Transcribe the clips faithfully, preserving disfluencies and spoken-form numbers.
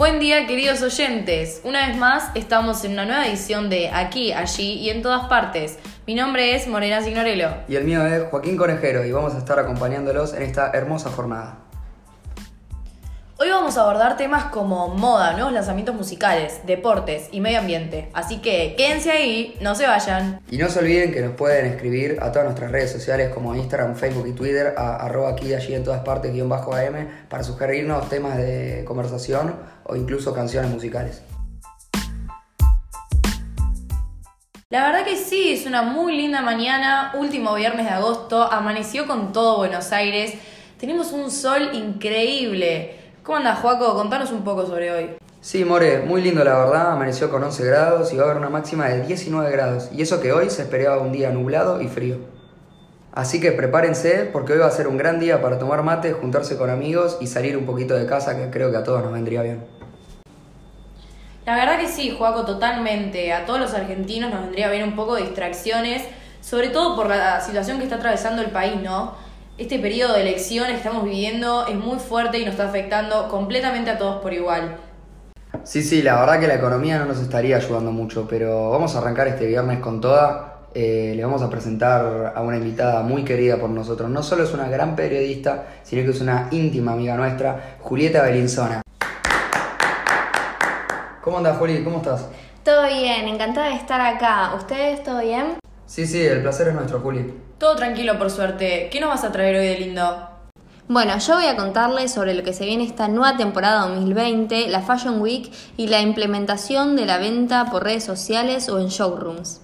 Buen día, queridos oyentes. Una vez más estamos en una nueva edición de Aquí, Allí y en todas partes. Mi nombre es Morena Signorello. Y el mío es Joaquín Conejero y vamos a estar acompañándolos en esta hermosa jornada. Hoy vamos a abordar temas como moda, nuevos lanzamientos musicales, deportes y medio ambiente. Así que quédense ahí, no se vayan. Y no se olviden que nos pueden escribir a todas nuestras redes sociales como Instagram, Facebook y Twitter a arroba aquí, allí en todas partes, guión bajo A M, para sugerirnos temas de conversación o incluso canciones musicales. La verdad que sí, es una muy linda mañana, último viernes de agosto, amaneció con todo Buenos Aires, tenemos un sol increíble. ¿Cómo andas, Joaco? Contanos un poco sobre hoy. Sí, More, muy lindo la verdad, amaneció con once grados y va a haber una máxima de diecinueve grados, y eso que hoy se esperaba un día nublado y frío. Así que prepárense porque hoy va a ser un gran día para tomar mate, juntarse con amigos y salir un poquito de casa, que creo que a todos nos vendría bien. La verdad que sí, Joaco, totalmente. A todos los argentinos nos vendría bien un poco de distracciones, sobre todo por la situación que está atravesando el país, ¿no? Este periodo de elecciones que estamos viviendo es muy fuerte y nos está afectando completamente a todos por igual. Sí, sí, la verdad que la economía no nos estaría ayudando mucho, pero vamos a arrancar este viernes con toda. Eh, le vamos a presentar a una invitada muy querida por nosotros. No solo es una gran periodista, sino que es una íntima amiga nuestra, Julieta Bellinzona. ¿Cómo andas, Juli? ¿Cómo estás? Todo bien, encantada de estar acá. ¿Ustedes todo bien? Sí, sí, el placer es nuestro, Juli. Todo tranquilo, por suerte. ¿Qué nos vas a traer hoy de lindo? Bueno, yo voy a contarles sobre lo que se viene esta nueva temporada dos mil veinte, la Fashion Week y la implementación de la venta por redes sociales o en showrooms.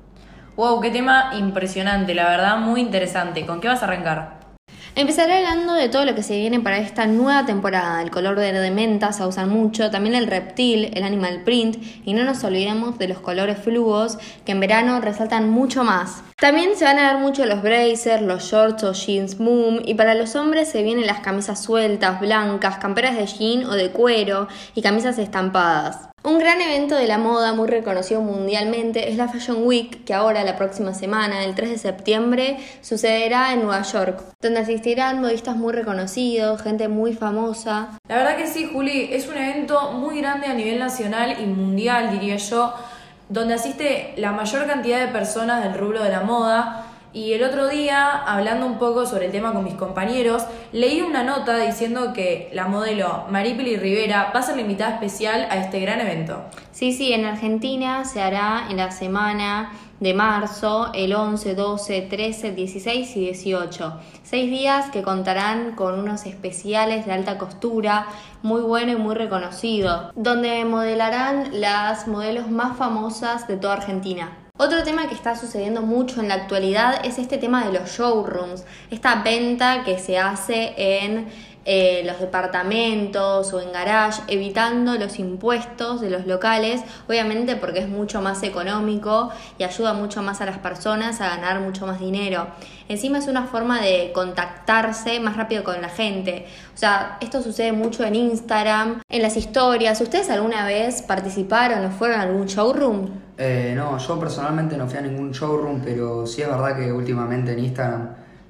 Wow, qué tema impresionante, la verdad, muy interesante. ¿Con qué vas a arrancar? Empezaré hablando de todo lo que se viene para esta nueva temporada. El color verde menta se usa mucho, también el reptil, el animal print y no nos olvidemos de los colores fluos que en verano resaltan mucho más. También se van a ver mucho los blazers, los shorts o jeans boom y para los hombres se vienen las camisas sueltas, blancas, camperas de jean o de cuero y camisas estampadas. Un gran evento de la moda muy reconocido mundialmente es la Fashion Week, que ahora la próxima semana, el tres de septiembre, sucederá en Nueva York, donde asistirán modistas muy reconocidos, gente muy famosa. La verdad que sí, Juli, es un evento muy grande a nivel nacional y mundial, diría yo, donde asiste la mayor cantidad de personas del rubro de la moda. Y el otro día, hablando un poco sobre el tema con mis compañeros, leí una nota diciendo que la modelo Maripili Rivera va a ser la invitada especial a este gran evento. Sí, sí, en Argentina se hará en la semana de marzo, el once, doce, trece, dieciséis y dieciocho. Seis días que contarán con unos especiales de alta costura, muy bueno y muy reconocido, donde modelarán las modelos más famosas de toda Argentina. Otro tema que está sucediendo mucho en la actualidad es este tema de los showrooms, esta venta que se hace en eh, los departamentos o en garage, evitando los impuestos de los locales, obviamente porque es mucho más económico y ayuda mucho más a las personas a ganar mucho más dinero. Encima es una forma de contactarse más rápido con la gente. O sea, esto sucede mucho en Instagram, en las historias. ¿Ustedes alguna vez participaron o fueron a algún showroom? Eh, no, yo personalmente no fui a ningún showroom, pero sí es verdad que últimamente en Instagram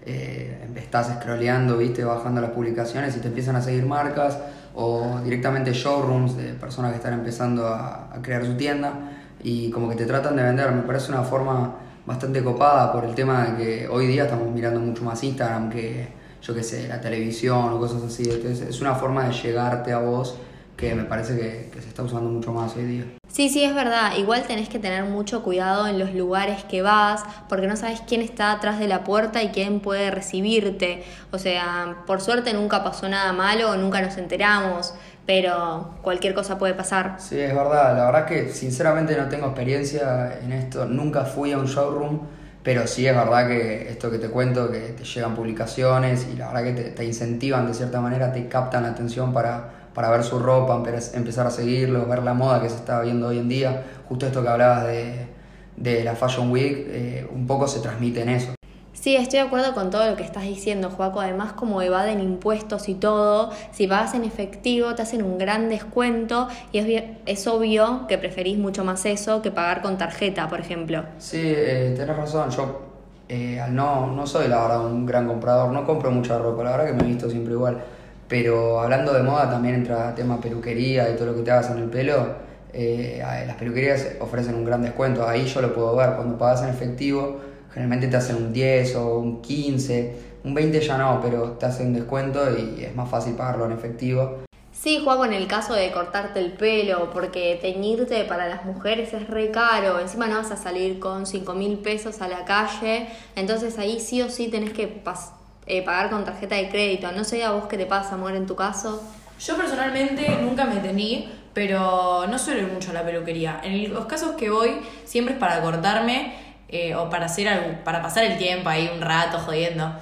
eh, estás scrolleando, viste, bajando las publicaciones y te empiezan a seguir marcas o directamente showrooms de personas que están empezando a, a crear su tienda y como que te tratan de vender. Me parece una forma bastante copada por el tema de que hoy día estamos mirando mucho más Instagram que, yo qué sé, la televisión o cosas así. Entonces es una forma de llegarte a vos que me parece que, que se está usando mucho más hoy día. Sí, sí, es verdad. Igual tenés que tener mucho cuidado en los lugares que vas, porque no sabes quién está atrás de la puerta y quién puede recibirte. O sea, por suerte nunca pasó nada malo, nunca nos enteramos, pero cualquier cosa puede pasar. Sí, es verdad. La verdad es que sinceramente no tengo experiencia en esto. Nunca fui a un showroom, pero sí es verdad que esto que te cuento, que te llegan publicaciones y la verdad que te, te incentivan de cierta manera, te captan la atención para... para ver su ropa, empezar a seguirlo, ver la moda que se está viendo hoy en día. Justo esto que hablabas de, de la Fashion Week, eh, un poco se transmite en eso. Sí, estoy de acuerdo con todo lo que estás diciendo, Joaco. Además, como evaden impuestos y todo, si pagas en efectivo te hacen un gran descuento y es, es obvio que preferís mucho más eso que pagar con tarjeta, por ejemplo. Sí, eh, tenés razón. Yo eh, no, no soy la verdad un gran comprador, no compro mucha ropa, la verdad que me he visto siempre igual. Pero hablando de moda también entra tema peluquería y todo lo que te hagas en el pelo. Eh, las peluquerías ofrecen un gran descuento, ahí yo lo puedo ver. Cuando pagas en efectivo, generalmente te hacen un diez o un quince, un veinte ya no, pero te hacen un descuento y es más fácil pagarlo en efectivo. Sí, Juaco, en el caso de cortarte el pelo, porque teñirte para las mujeres es re caro, encima no vas a salir con cinco mil pesos a la calle, entonces ahí sí o sí tenés que pas- eh, pagar con tarjeta de crédito. No sé a vos qué te pasa, amor, en tu caso. Yo personalmente nunca me teñí, pero no suelo ir mucho a la peluquería. En los casos que voy, siempre es para cortarme eh, o para hacer algo, para pasar el tiempo ahí un rato jodiendo.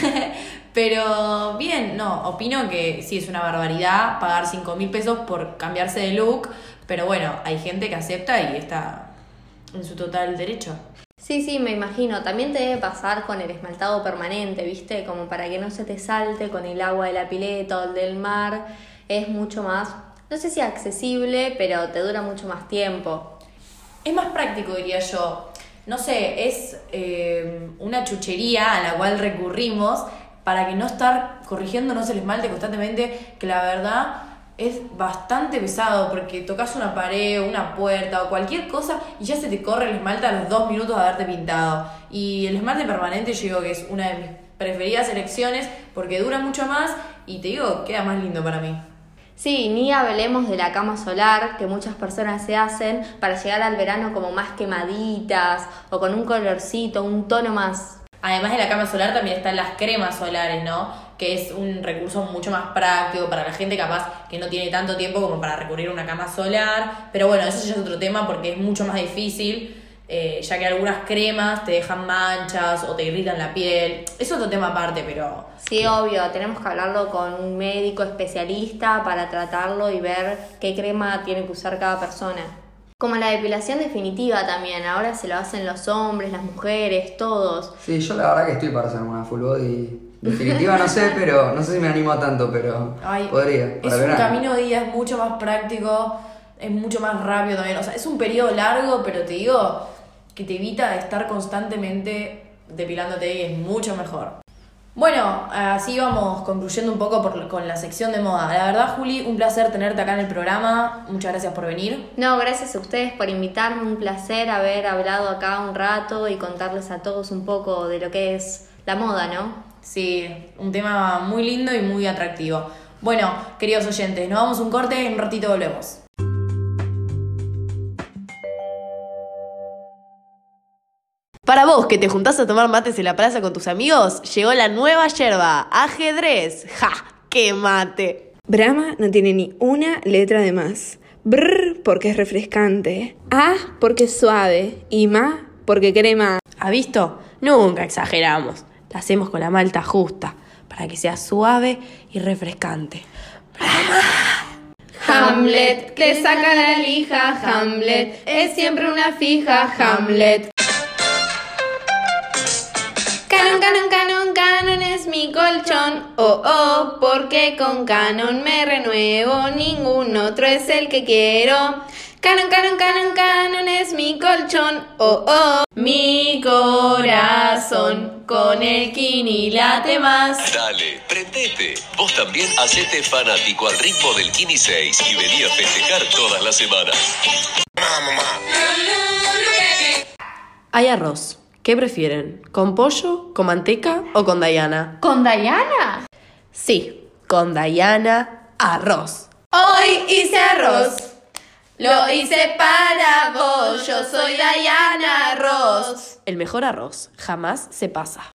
Pero bien, no, opino que sí es una barbaridad pagar cinco mil pesos por cambiarse de look, pero bueno, hay gente que acepta y está en su total derecho. Sí, sí, me imagino. También te debe pasar con el esmaltado permanente, ¿viste? Como para que no se te salte con el agua de la pileta o del mar. Es mucho más, no sé si accesible, pero te dura mucho más tiempo. Es más práctico, diría yo. No sé, es eh, una chuchería a la cual recurrimos para que no estar corrigiéndonos el esmalte constantemente, que la verdad es bastante pesado porque tocas una pared, una puerta o cualquier cosa y ya se te corre el esmalte a los dos minutos de haberte pintado. Y el esmalte permanente yo digo que es una de mis preferidas elecciones porque dura mucho más y te digo, queda más lindo para mí. Sí, ni hablemos de la cama solar que muchas personas se hacen para llegar al verano como más quemaditas o con un colorcito, un tono más. Además de la cama solar también están las cremas solares, ¿no? Que es un recurso mucho más práctico para la gente capaz que no tiene tanto tiempo como para recurrir a una cama solar. Pero bueno, eso ya es otro tema porque es mucho más difícil, eh, ya que algunas cremas te dejan manchas o te irritan la piel. Es otro tema aparte, pero... Sí, obvio, tenemos que hablarlo con un médico especialista para tratarlo y ver qué crema tiene que usar cada persona. Como la depilación definitiva también, ahora se lo hacen los hombres, las mujeres, todos. Sí, yo la verdad que estoy para hacer una full body definitiva, no sé, pero no sé si me animo a tanto, pero Ay, podría. Para es verano. un camino de ida, es mucho más práctico, es mucho más rápido también. O sea, es un periodo largo, pero te digo que te evita estar constantemente depilándote y es mucho mejor. Bueno, así vamos concluyendo un poco por, con la sección de moda. La verdad, Juli, un placer tenerte acá en el programa. Muchas gracias por venir. No, gracias a ustedes por invitarme. Un placer haber hablado acá un rato y contarles a todos un poco de lo que es la moda, ¿no? Sí, un tema muy lindo y muy atractivo. Bueno, queridos oyentes, nos vamos a un corte y en un ratito volvemos. Para vos que te juntás a tomar mates en la plaza con tus amigos, llegó la nueva yerba, ajedrez. ¡Ja! ¡Qué mate! Brahma no tiene ni una letra de más. Brr, porque es refrescante. A, porque es suave. Y ma, porque crema. ¿Ha visto? Nunca exageramos. La hacemos con la malta justa, para que sea suave y refrescante. Hamlet, te saca la lija, Hamlet. Es siempre una fija, Hamlet. Canon, canon, canon, canon es mi colchón. Oh, oh, porque con canon me renuevo. Ningún otro es el que quiero. Canon, canon, canon, canon es mi colchón. Oh, oh, mi corazón con el Kini late más. Dale, prendete. Vos también hacete fanático al ritmo del Kini seis y vení a festejar todas las semanas. Hay arroz. ¿Qué prefieren? ¿Con pollo, con manteca o con Dayana? ¿Con Dayana? Sí, con Dayana arroz. Hoy hice arroz. Lo hice para vos. Yo soy Dayana Arroz. El mejor arroz jamás se pasa.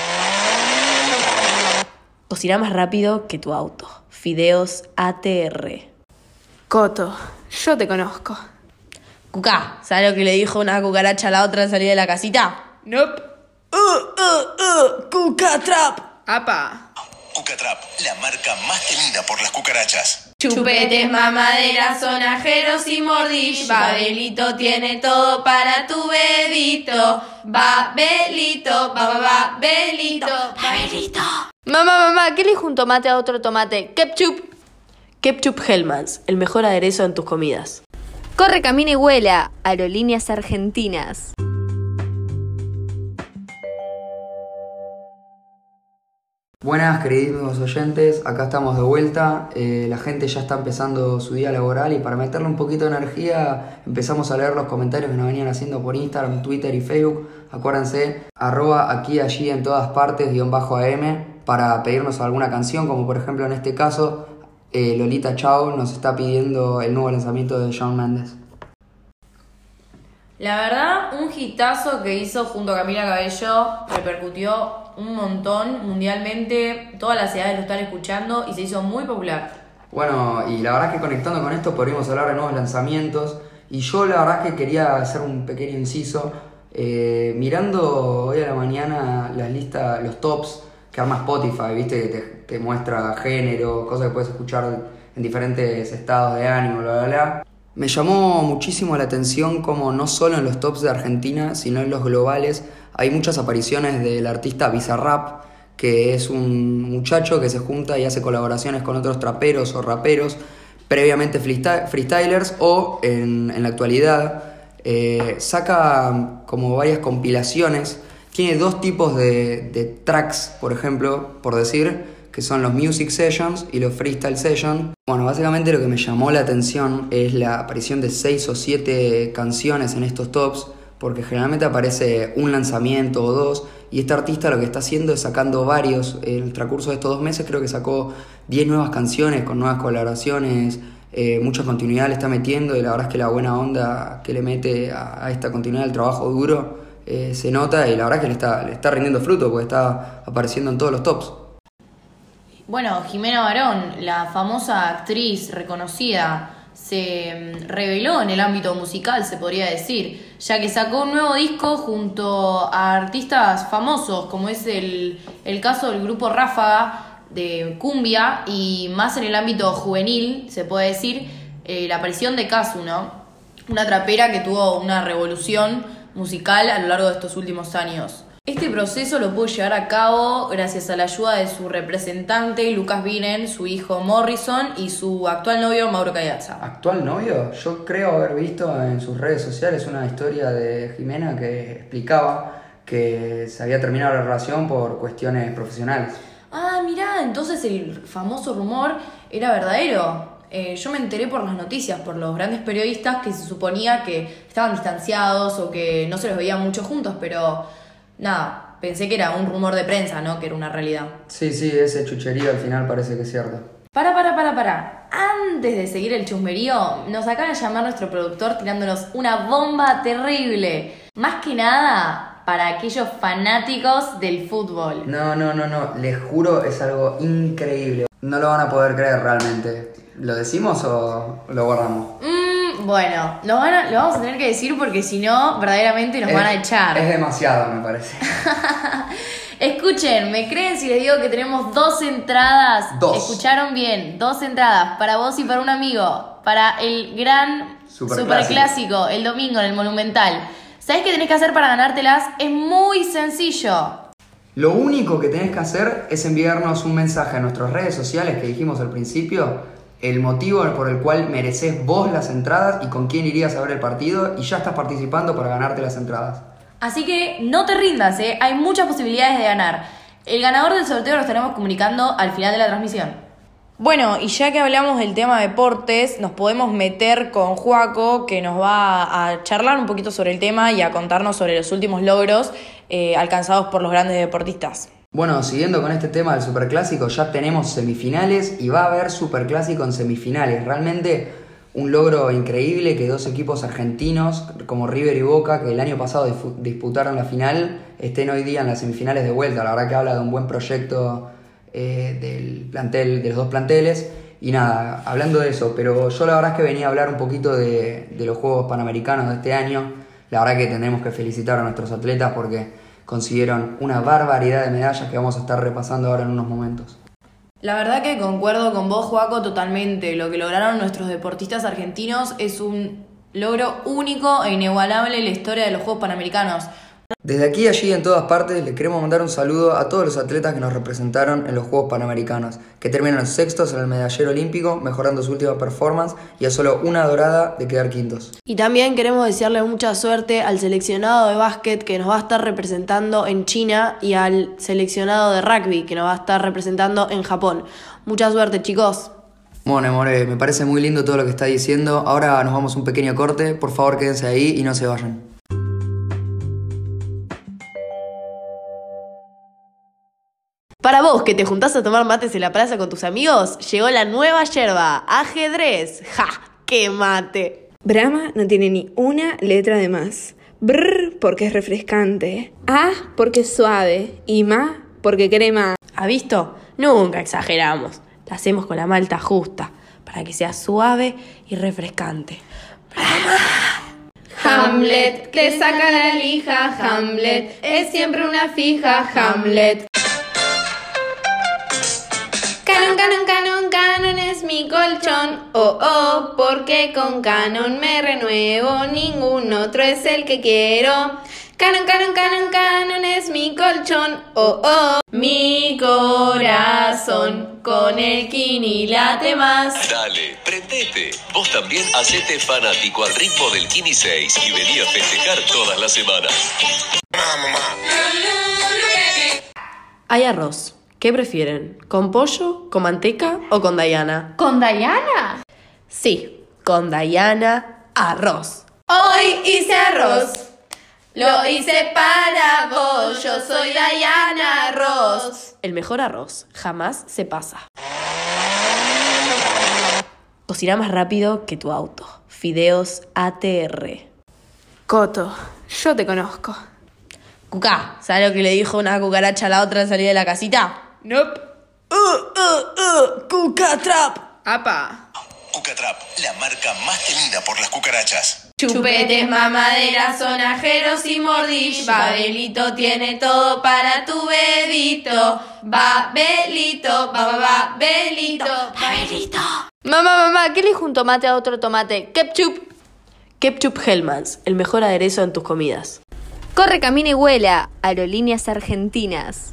Cocina más rápido que tu auto. Fideos A T R. Coto, yo te conozco. Cucá, ¿sabes lo que le dijo una cucaracha a la otra al salir de la casita? Nope. Uh, uh, uh, Cuca Trap. Apa. Cucatrap, la marca más temida por las cucarachas. Chupetes, mamaderas, sonajeros y mordish. Babelito tiene todo para tu bebito. Babelito, ba, ba, babelito, babelito. Mamá, mamá, ¿qué le dijo un tomate a otro tomate? Ketchup. Ketchup Hellmann's, el mejor aderezo en tus comidas. Corre, camina y vuela. Aerolíneas Argentinas. Buenas, queridísimos oyentes, acá estamos de vuelta. Eh, la gente ya está empezando su día laboral y para meterle un poquito de energía empezamos a leer los comentarios que nos venían haciendo por Instagram, Twitter y Facebook. Acuérdense, arroba aquí, allí, en todas partes, guión bajo A M, para pedirnos alguna canción, como por ejemplo en este caso, eh, Lolita Chao nos está pidiendo el nuevo lanzamiento de Shawn Mendes. La verdad, un hitazo que hizo junto a Camila Cabello, repercutió un montón mundialmente, todas las edades lo están escuchando y se hizo muy popular. Bueno, y la verdad es que conectando con esto podríamos hablar de nuevos lanzamientos, y yo la verdad es que quería hacer un pequeño inciso, eh, mirando hoy a la mañana las listas, los tops que arma Spotify, viste, que te, te muestra género, cosas que puedes escuchar en diferentes estados de ánimo, bla bla bla. Me llamó muchísimo la atención como no solo en los tops de Argentina, sino en los globales, hay muchas apariciones del artista Bizarrap, que es un muchacho que se junta y hace colaboraciones con otros traperos o raperos, previamente freestylers, o en, en la actualidad eh, saca como varias compilaciones. Tiene dos tipos de, de tracks, por ejemplo, por decir, que son los Music Sessions y los Freestyle Sessions. Bueno, básicamente lo que me llamó la atención es la aparición de seis o siete canciones en estos tops, porque generalmente aparece un lanzamiento o dos, y este artista lo que está haciendo es sacando varios. En el transcurso de estos dos meses creo que sacó diez nuevas canciones con nuevas colaboraciones, eh, mucha continuidad le está metiendo, y la verdad es que la buena onda que le mete a, a esta continuidad del trabajo duro eh, se nota, y la verdad es que le está, le está rindiendo fruto porque está apareciendo en todos los tops. Bueno, Jimena Barón, la famosa actriz reconocida, se reveló en el ámbito musical, se podría decir, ya que sacó un nuevo disco junto a artistas famosos, como es el, el caso del grupo Ráfaga de cumbia, y más en el ámbito juvenil, se puede decir, eh, la aparición de Cazzu, ¿no? Una trapera que tuvo una revolución musical a lo largo de estos últimos años. Este proceso lo pudo llevar a cabo gracias a la ayuda de su representante, Lucas Vinen, su hijo Morrison y su actual novio, Mauro Caiazza. ¿Actual novio? Yo creo haber visto en sus redes sociales una historia de Jimena que explicaba que se había terminado la relación por cuestiones profesionales. Ah, mirá, entonces el famoso rumor era verdadero. Eh, yo me enteré por las noticias, por los grandes periodistas que se suponía que estaban distanciados o que no se los veía mucho juntos, pero nada, pensé que era un rumor de prensa, ¿no? Que era una realidad. Sí, sí, ese chucherío al final parece que es cierto. Para, para, para, para. Antes de seguir el chusmerío, nos acaba de llamar nuestro productor tirándonos una bomba terrible. Más que nada para aquellos fanáticos del fútbol. No, no, no, no, les juro, es algo increíble. No lo van a poder creer realmente. ¿Lo decimos o lo guardamos? Mm, bueno, lo, van a, lo vamos a tener que decir porque si no, verdaderamente nos es, van a echar. Es demasiado, me parece. Escuchen, ¿me creen si les digo que tenemos dos entradas? Dos. Escucharon bien, dos entradas para vos y para un amigo, para el gran Superclásico, Superclásico el domingo en el Monumental. ¿Sabés qué tenés que hacer para ganártelas? Es muy sencillo. Lo único que tenés que hacer es enviarnos un mensaje a nuestras redes sociales que dijimos al principio, el motivo por el cual mereces vos las entradas y con quién irías a ver el partido, y ya estás participando para ganarte las entradas. Así que no te rindas, ¿eh? Hay muchas posibilidades de ganar. El ganador del sorteo lo estaremos comunicando al final de la transmisión. Bueno, y ya que hablamos del tema deportes, nos podemos meter con Joaco, que nos va a charlar un poquito sobre el tema y a contarnos sobre los últimos logros eh, alcanzados por los grandes deportistas. Bueno, siguiendo con este tema del Superclásico, ya tenemos semifinales y va a haber Superclásico en semifinales. Realmente un logro increíble que dos equipos argentinos como River y Boca, que el año pasado disputaron la final, estén hoy día en las semifinales de vuelta. La verdad que habla de un buen proyecto eh, del plantel, de los dos planteles. Y nada, hablando de eso, pero yo la verdad es que venía a hablar un poquito de, de los Juegos Panamericanos de este año. La verdad que tendremos que felicitar a nuestros atletas porque consiguieron una barbaridad de medallas que vamos a estar repasando ahora en unos momentos. La verdad que concuerdo con vos, Joaco, totalmente. Lo que lograron nuestros deportistas argentinos es un logro único e inigualable en la historia de los Juegos Panamericanos. Desde aquí y allí en todas partes le queremos mandar un saludo a todos los atletas que nos representaron en los Juegos Panamericanos, que terminaron sextos en el medallero olímpico, mejorando su última performance y a solo una dorada de quedar quintos. Y también queremos desearle mucha suerte al seleccionado de básquet que nos va a estar representando en China y al seleccionado de rugby que nos va a estar representando en Japón. Mucha suerte, chicos. Bueno, More, me parece muy lindo todo lo que está diciendo. Ahora nos vamos a un pequeño corte. Por favor, quédense ahí y no se vayan. Para vos que te juntás a tomar mates en la plaza con tus amigos, llegó la nueva yerba, ajedrez. ¡Ja! ¡Qué mate! Brahma no tiene ni una letra de más. Brr, porque es refrescante. A, porque es suave. Y ma, porque crema. ¿Ha visto? Nunca exageramos. La hacemos con la malta justa, para que sea suave y refrescante. Hamlet, te saca la lija, Hamlet. Es siempre una fija, Hamlet. Canon, canon, canon, canon es mi colchón. Oh, oh, porque con canon me renuevo. Ningún otro es el que quiero. Canon, canon, canon, canon es mi colchón. Oh, oh, mi corazón con el Kini late más. Dale, prendete. Vos también hacete fanático al ritmo del Kini seis y vení a festejar todas las semanas. Hay arroz. ¿Qué prefieren? ¿Con pollo, con manteca o con Diana? ¿Con Diana? Sí, con Diana, arroz. Hoy hice arroz. Lo hice para vos. Yo soy Diana Arroz. El mejor arroz jamás se pasa. Cocina más rápido que tu auto. Fideos A T R. Coto, yo te conozco. Cucá, ¿sabes lo que le dijo una cucaracha a la otra al salir de la casita? Nope. Uh, uh, uh, Cuca Trap. Apa. Cucatrap, la marca más temida por las cucarachas. Chupetes, mamaderas, sonajeros y mordish. Babelito tiene todo para tu bebito. Babelito, ba, ba, babelito, babelito. Mamá, mamá, ¿qué le dijo un tomate a otro tomate? Ketchup. Ketchup Hellmann's, el mejor aderezo en tus comidas. Corre, camina y vuela. Aerolíneas Argentinas.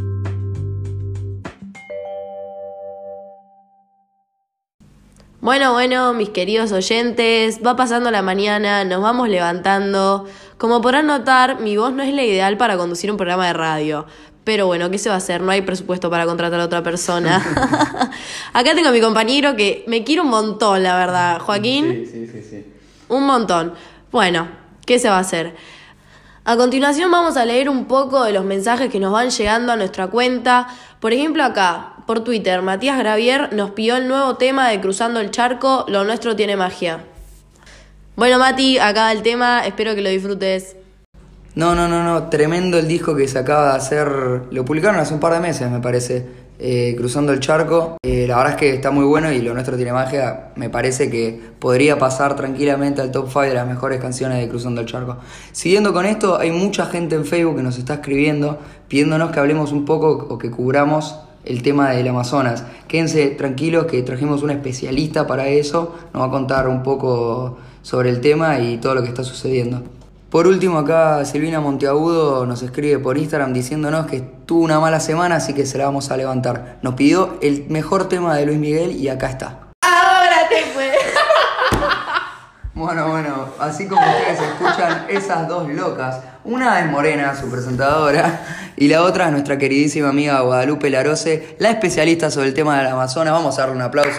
Bueno, bueno, mis queridos oyentes, va pasando la mañana, nos vamos levantando. Como podrán notar, mi voz no es la ideal para conducir un programa de radio. Pero bueno, ¿qué se va a hacer? No hay presupuesto para contratar a otra persona. Acá tengo a mi compañero que me quiere un montón, la verdad. Joaquín. Sí, sí, sí, sí. Un montón. Bueno, ¿qué se va a hacer? A continuación vamos a leer un poco de los mensajes que nos van llegando a nuestra cuenta. Por ejemplo, acá, por Twitter, Matías Gravier nos pidió el nuevo tema de Cruzando el Charco, Lo Nuestro Tiene Magia. Bueno, Mati, acá el tema, espero que lo disfrutes. No, no, no, no, tremendo el disco que se acaba de hacer, lo publicaron hace un par de meses, me parece, eh, Cruzando el Charco. Eh, la verdad es que está muy bueno y Lo Nuestro Tiene Magia, me parece que podría pasar tranquilamente al top cinco de las mejores canciones de Cruzando el Charco. Siguiendo con esto, hay mucha gente en Facebook que nos está escribiendo, pidiéndonos que hablemos un poco o que cubramos el tema del Amazonas. Quédense tranquilos que trajimos un especialista para eso, nos va a contar un poco sobre el tema y todo lo que está sucediendo. Por último, acá Silvina Monteagudo nos escribe por Instagram diciéndonos que tuvo una mala semana, así que se la vamos a levantar. Nos pidió el mejor tema de Luis Miguel y acá está. Ahora te fue. Bueno, bueno, así como ustedes escuchan, esas dos locas. Una es Morena, su presentadora, y la otra es nuestra queridísima amiga Guadalupe Larose, la especialista sobre el tema del Amazonas. Vamos a darle un aplauso.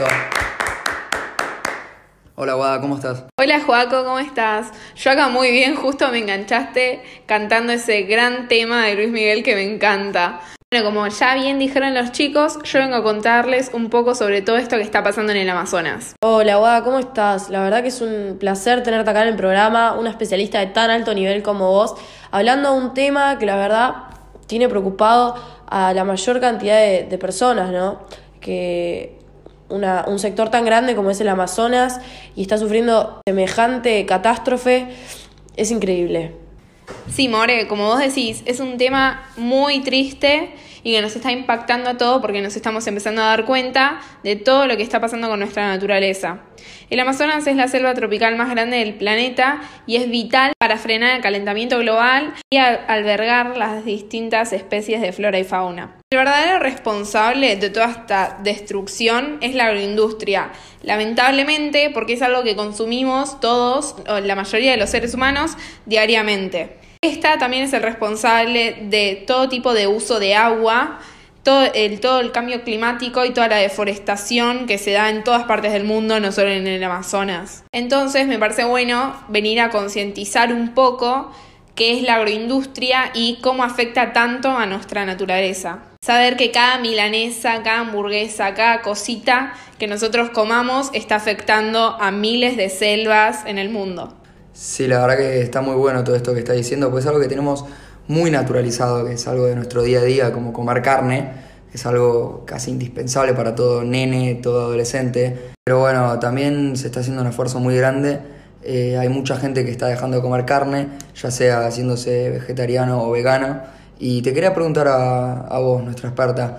Hola Guada, ¿cómo estás? Hola Joaco, ¿cómo estás? Yo acá muy bien, justo me enganchaste cantando ese gran tema de Luis Miguel que me encanta. Bueno, como ya bien dijeron los chicos, yo vengo a contarles un poco sobre todo esto que está pasando en el Amazonas. Hola, Guada, ¿cómo estás? La verdad que es un placer tenerte acá en el programa, una especialista de tan alto nivel como vos, hablando de un tema que la verdad tiene preocupado a la mayor cantidad de, de personas, ¿no? Que una, un sector tan grande como es el Amazonas y está sufriendo semejante catástrofe, es increíble. Sí, More, como vos decís, es un tema muy triste y que nos está impactando a todos porque nos estamos empezando a dar cuenta de todo lo que está pasando con nuestra naturaleza. El Amazonas es la selva tropical más grande del planeta y es vital para frenar el calentamiento global y albergar las distintas especies de flora y fauna. El verdadero responsable de toda esta destrucción es la agroindustria, lamentablemente porque es algo que consumimos todos, o la mayoría de los seres humanos, diariamente. Esta también es el responsable de todo tipo de uso de agua, todo el, todo el cambio climático y toda la deforestación que se da en todas partes del mundo, no solo en el Amazonas. Entonces me parece bueno venir a concientizar un poco qué es la agroindustria y cómo afecta tanto a nuestra naturaleza. Saber que cada milanesa, cada hamburguesa, cada cosita que nosotros comamos está afectando a miles de selvas en el mundo. Sí, la verdad que está muy bueno todo esto que está diciendo, pues es algo que tenemos muy naturalizado, que es algo de nuestro día a día, como comer carne, que es algo casi indispensable para todo nene, todo adolescente. Pero bueno, también se está haciendo un esfuerzo muy grande. Eh, hay mucha gente que está dejando de comer carne, ya sea haciéndose vegetariano o vegano. Y te quería preguntar a, a vos, nuestra experta,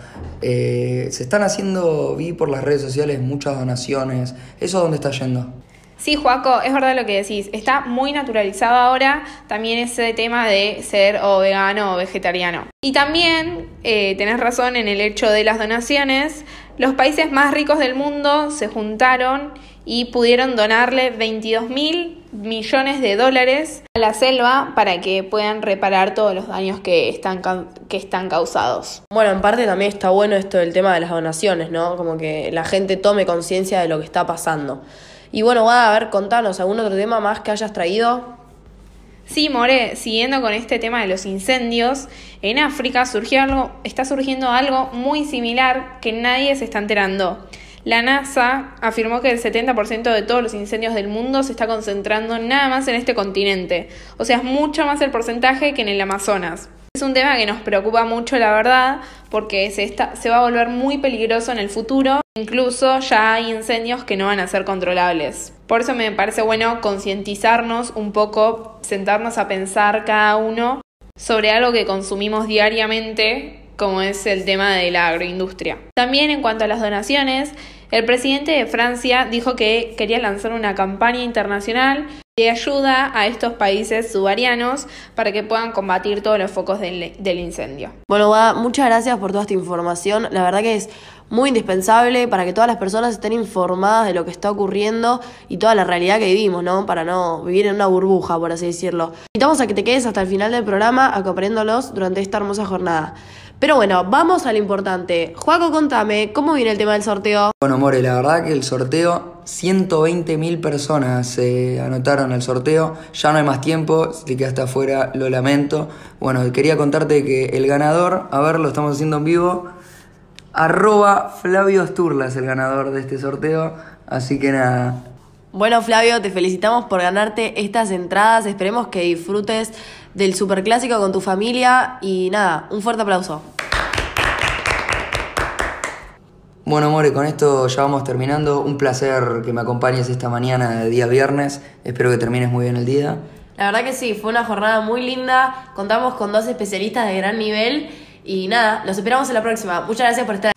eh, se están haciendo, vi por las redes sociales, muchas donaciones. ¿Eso a dónde está yendo? Sí, Joaco, es verdad lo que decís. Está muy naturalizado ahora también ese tema de ser o vegano o vegetariano. Y también eh, tenés razón en el hecho de las donaciones. Los países más ricos del mundo se juntaron y pudieron donarle veintidós mil millones de dólares a la selva para que puedan reparar todos los daños que están, que están causados. Bueno, en parte también está bueno esto del tema de las donaciones, ¿no? Como que la gente tome conciencia de lo que está pasando. Y bueno, Guada, a ver, contanos, ¿algún otro tema más que hayas traído? Sí, More, siguiendo con este tema de los incendios, en África surgió algo, está surgiendo algo muy similar que nadie se está enterando. La NASA afirmó que el setenta por ciento de todos los incendios del mundo se está concentrando nada más en este continente. O sea, es mucho más el porcentaje que en el Amazonas. Es un tema que nos preocupa mucho, la verdad, porque se, está, se va a volver muy peligroso en el futuro. Incluso ya hay incendios que no van a ser controlables. Por eso me parece bueno concientizarnos un poco, sentarnos a pensar cada uno sobre algo que consumimos diariamente, como es el tema de la agroindustria. También en cuanto a las donaciones, el presidente de Francia dijo que quería lanzar una campaña internacional de ayuda a estos países subsaharianos para que puedan combatir todos los focos del, del incendio. Bueno, Guada, muchas gracias por toda esta información. La verdad que es muy indispensable para que todas las personas estén informadas de lo que está ocurriendo y toda la realidad que vivimos, ¿no? Para no vivir en una burbuja, por así decirlo. Invitamos a que te quedes hasta el final del programa acompañándolos durante esta hermosa jornada. Pero bueno, vamos a lo importante. Joaco, contame, ¿cómo viene el tema del sorteo? Bueno, More, la verdad que el sorteo, ciento veinte mil personas se anotaron al sorteo. Ya no hay más tiempo, si te quedaste afuera, lo lamento. Bueno, quería contarte que el ganador, a ver, lo estamos haciendo en vivo, arroba Flavio Asturla es el ganador de este sorteo. Así que nada. Bueno, Flavio, te felicitamos por ganarte estas entradas. Esperemos que disfrutes del Superclásico con tu familia. Y nada, un fuerte aplauso. Bueno, More, con esto ya vamos terminando. Un placer que me acompañes esta mañana de día viernes. Espero que termines muy bien el día. La verdad que sí, fue una jornada muy linda. Contamos con dos especialistas de gran nivel. Y nada, los esperamos en la próxima. Muchas gracias por estar.